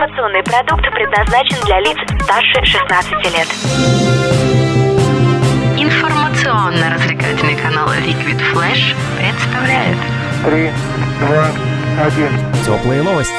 Информационный продукт предназначен для лиц старше 16 лет. Информационно-развлекательный канал Liquid Flash представляет 3, 2, 1. Теплые новости.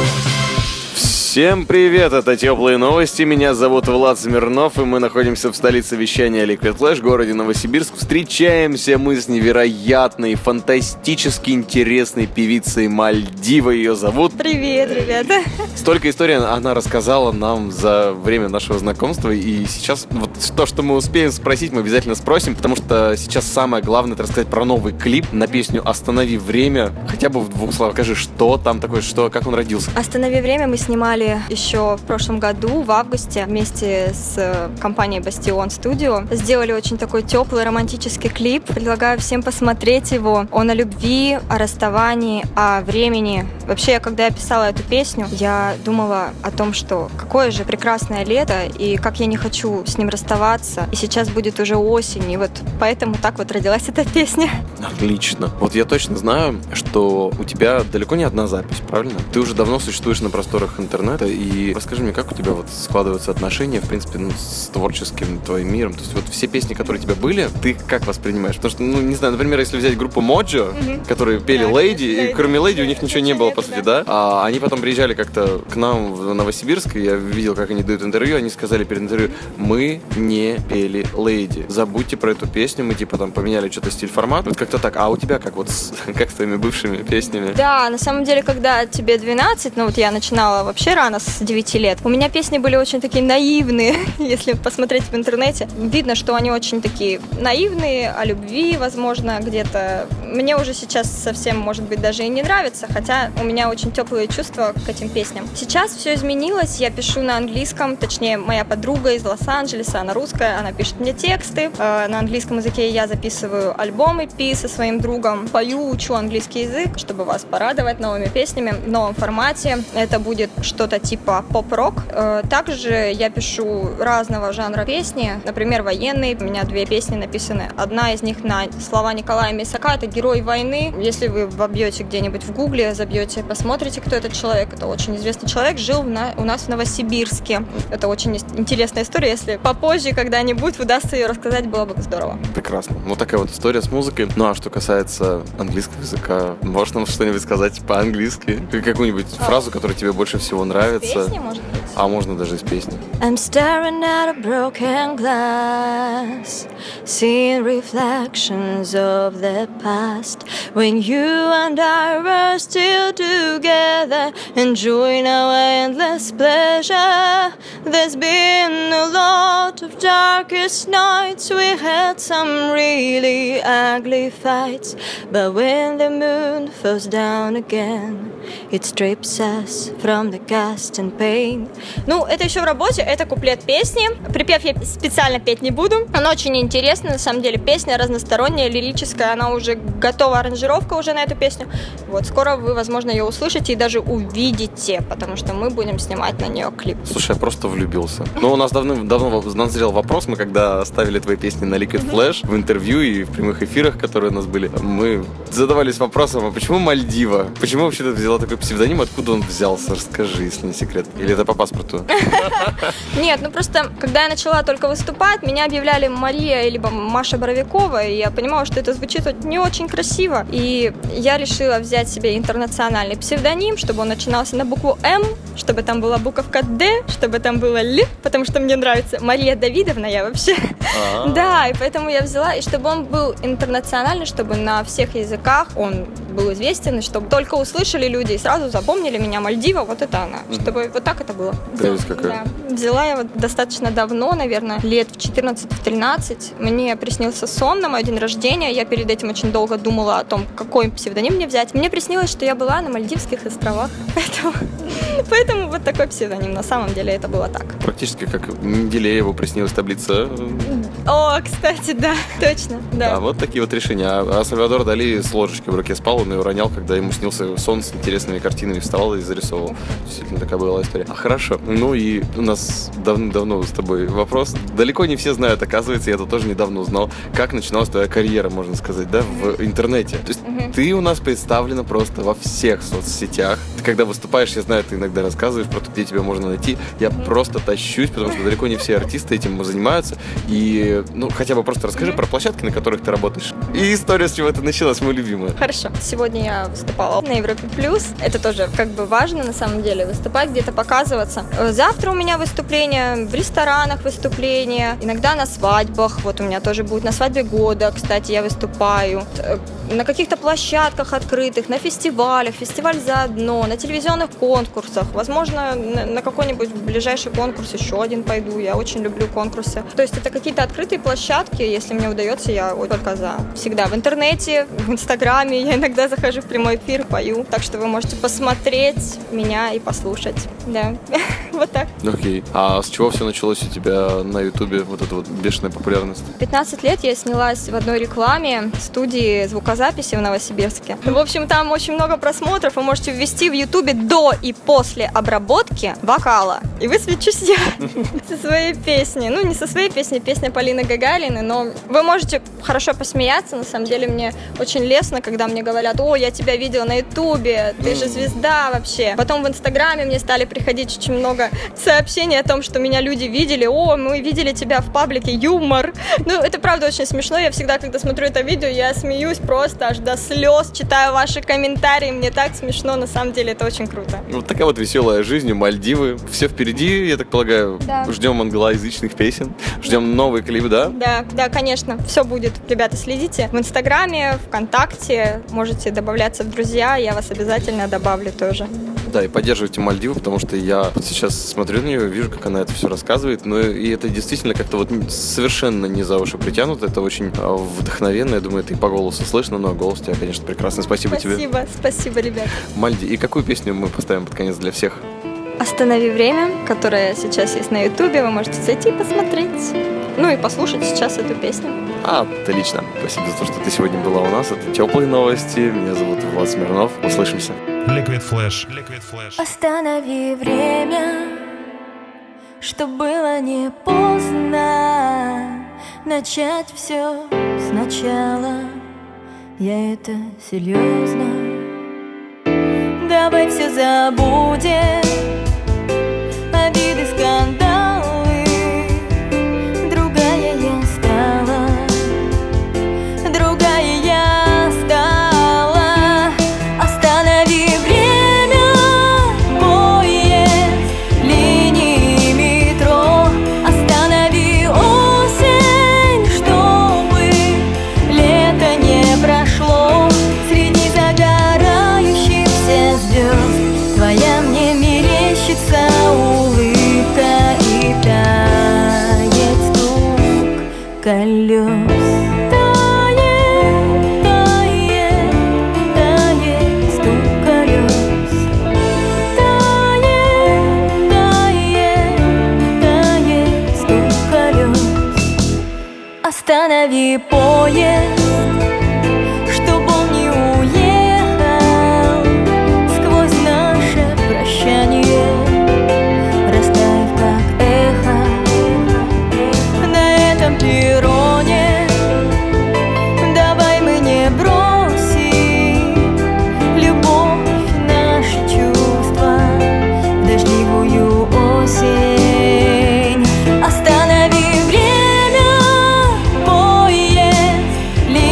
Всем привет, это Теплые новости, меня зовут Влад Смирнов, и мы находимся в столице вещания Liquid Flash, городе Новосибирск. Встречаемся мы с невероятной, фантастически интересной певицей Мальдива, ее зовут. Привет, ребята. Столько историй она рассказала нам за время нашего знакомства, и сейчас вот то, что мы успеем спросить, мы обязательно спросим, потому что сейчас самое главное — это рассказать про новый клип на песню «Останови время». Хотя бы в двух словах скажи, что там такое, как он родился. «Останови время» мы снимали еще в прошлом году, в августе, вместе с компанией Бастион Studio. Сделали очень такой теплый романтический клип. Предлагаю всем посмотреть его. Он о любви, о расставании, о времени. Вообще, когда я писала эту песню, я думала о том, что какое же прекрасное лето, и как я не хочу с ним расставаться. И сейчас будет уже осень, и вот поэтому так вот родилась эта песня. Отлично. Вот я точно знаю, что у тебя далеко не одна запись, правильно? Ты уже давно существуешь на просторах интернета, и расскажи мне, как у тебя вот складываются отношения, в принципе, с творческим твоим миром? То есть вот все песни, которые у тебя были, ты как воспринимаешь? Потому что, не знаю, например, если взять группу Моджо, которые пели Лейди, и кроме Лейди у них ничего не было, по сути, да? А они потом приезжали как-то к нам в Новосибирск, и я видел, как они дают интервью, они сказали перед интервью: мы не пели Лейди, забудьте про эту песню, мы типа там поменяли что-то стиль-формат, вот как-то так. А у тебя как вот как с твоими бывшими песнями? Да, на самом деле, когда тебе 12, вот я начинала вообще рано, с 9 лет, у меня песни были очень такие наивные, если посмотреть в интернете. Видно, что они очень такие наивные, о любви, возможно, где-то. Мне уже сейчас совсем, может быть, даже и не нравится, хотя у меня очень теплые чувства к этим песням. Сейчас все изменилось, я пишу на английском, точнее, моя подруга из Лос-Анджелеса, она русская, она пишет мне тексты. На английском языке я записываю альбом EP со своим другом, пою, учу английский язык, чтобы вас порадовать новыми песнями в новом формате. Это будет что-то типа поп-рок. Также я пишу разного жанра песни, например, военные. У меня 2 песни написаны. Одна из них на слова Николая Мисака, это «Герой войны». Если вы вобьете где-нибудь в гугле, забьете, посмотрите, кто этот человек. Это очень известный человек, жил у нас в Новосибирске. Это очень интересная история. Если попозже когда-нибудь удастся ее рассказать, было бы здорово. Прекрасно. Вот такая вот история с музыкой. Ну а что касается английского языка, можешь нам что-нибудь сказать по-английски? Какую-нибудь фразу, которая тебе больше всего нравится? Песни, может быть? А можно даже из песни. I'm staring at a broken glass, seeing reflections of the past, when you and I were still together, enjoying our endless pleasure. There's been a lot of darkest nights, we had some really ugly fights, but when the moon falls down again, it strips us from the gust and pain. Ну, это еще в работе, это куплет песни. Припев я специально петь не буду. Она очень интересная, на самом деле. Песня разносторонняя, лирическая. Она уже готова, аранжировка уже на эту песню. Вот, скоро вы, возможно, ее услышите и даже увидите, потому что мы будем снимать на нее клип. Слушай, я просто влюбился. Ну, у нас давно назрел вопрос. Мы когда ставили твои песни на Liquid Flash в интервью и в прямых эфирах, которые у нас были, мы задавались вопросом: а почему Мальдива? Почему вообще ты взяла такой псевдоним? Откуда он взялся? Расскажи, если не секрет. Или это по паспорту? Нет, просто когда я начала только выступать, меня объявляли Мария либо Маша Боровикова, и я понимала, что это звучит не очень красиво. И я решила взять себе интернациональный псевдоним, чтобы он начинался на букву М, чтобы там была буковка Д, чтобы там было Л, потому что мне нравится Мария Давидовна, я вообще. Да, и поэтому я взяла, и чтобы он был интернациональный, чтобы на всех языках он был известен, и чтобы только услышали люди и сразу запомнили меня, Мальдива, вот это она, чтобы вот так это было. Да. Взяла я вот достаточно давно, наверное, лет в 14-13. Мне приснился сон на мой день рождения. Я перед этим очень долго думала о том, какой псевдоним мне взять. Мне приснилось, что я была на Мальдивских островах. Поэтому вот такой псевдоним. На самом деле это было так. Практически как Менделееву приснилась таблица. О, кстати, да, точно. Да, вот такие вот решения. А Сальвадор Дали с ложечкой в руке спал, он ее ронял, когда ему снился сон с интересными картинами, вставал и зарисовывал. Действительно, такая была история. Хорошо. Ну и у нас давно с тобой вопрос. Далеко не все знают, оказывается, я это тоже недавно узнал, как начиналась твоя карьера, можно сказать, да, в интернете. То есть ты у нас представлена просто во всех соцсетях. когда выступаешь, я знаю, ты иногда рассказываешь про то, где тебя можно найти. Я просто тащусь, потому что далеко не все артисты этим занимаются. И, хотя бы просто расскажи про площадки, на которых ты работаешь. И история, с чего это началась, моя любимая. Хорошо. Сегодня я выступала на Европе Плюс. Это тоже важно, на самом деле, выступать, где-то показываться. Завтра у меня выступление, в ресторанах выступления, иногда на свадьбах. Вот у меня тоже будет на свадьбе года, кстати, я выступаю. На каких-то площадках открытых, на фестивалях, фестиваль заодно, на телевизионных конкурсах. Возможно, на какой-нибудь ближайший конкурс еще один пойду. Я очень люблю конкурсы. То есть это какие-то открытые площадки. Если мне удается, я только за. Всегда в интернете, в Инстаграме. Я иногда захожу в прямой эфир, пою. Так что вы можете посмотреть меня и послушать. Да, вот так. Окей. А с чего все началось у тебя на Ютубе, вот эта вот бешеная популярность? 15 лет я снялась в одной рекламе студии звукозаписи в Новосибирске. В общем, там очень много просмотров. Вы можете ввести в Ютубе до и после обработки вокала. И высвечусь я со своей песней. Не со своей песней, песня Полины Гагариной, но вы можете хорошо посмеяться. На самом деле, мне очень лестно, когда мне говорят: о, я тебя видела на Ютубе, ты же звезда вообще. Потом в Инстаграме мне стали приходить очень много сообщений о том, что меня люди видели. О, мы видели тебя в паблике «Юмор». Это правда очень смешно. Я всегда, когда смотрю это видео, я смеюсь просто аж до слез, читаю ваши комментарии. Мне так смешно, на самом деле это очень круто. Вот такая вот веселая жизнь, Мальдивы. Все впереди, я так полагаю. Да. Ждем англоязычных песен. Ждем новый клип, да? Да, конечно. Все будет. Ребята, следите. В Инстаграме, ВКонтакте. Можете добавляться в друзья. Я вас обязательно добавлю тоже. Да, и поддерживайте Мальдивы, потому что я вот сейчас смотрю на нее, вижу, как она это все рассказывает. И это действительно как-то вот совершенно не за уши притянуто. Это очень вдохновенно. Я думаю, это и по голосу слышно, но голос у тебя, конечно, прекрасный. Спасибо тебе. Спасибо, ребят. Мальди, и какую песню мы поставим под конец для всех? «Останови время», которая сейчас есть на Ютубе. Вы можете зайти и посмотреть. И послушать сейчас эту песню. Отлично. Спасибо за то, что ты сегодня была у нас. Это «Теплые новости». Меня зовут Влад Смирнов. Услышимся. Liquid Flash. Останови время, чтоб было не поздно начать все сначала. Я это серьезно. Давай все забудем, обиды, скандалы. Другая я стала, другая я стала. Останови время, поезд, линии метро. Останови осень, чтобы лето не прошло. Среди загорающихся звезд твоя мне мерещится улыбка и тает стук колес. Тает, тает, тает стук колес. Тает, тает, тает стук колес. Останови поезд, чтоб он не уехал сквозь наше прощание, растаяв как эхо на этом перроне. Давай мы не бросим любовь, наши чувства в дождливую осень. Останови время, поезд,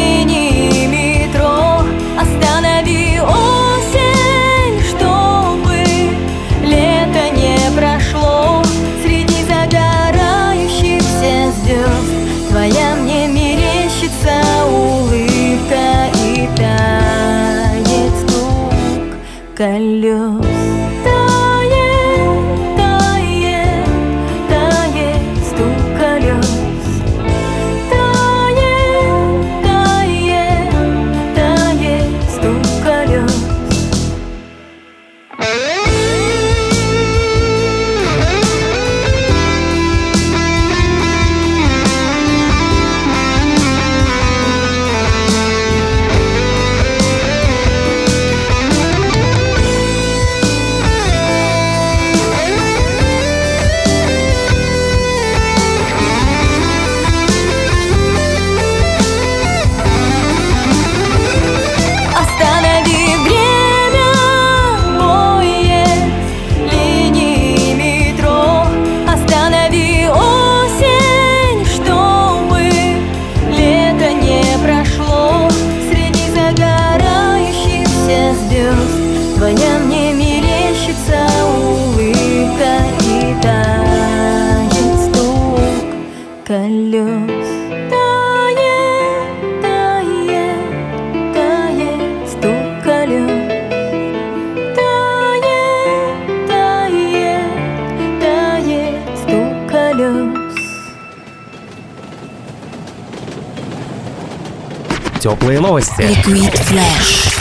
теплые новости. Liquid Flash.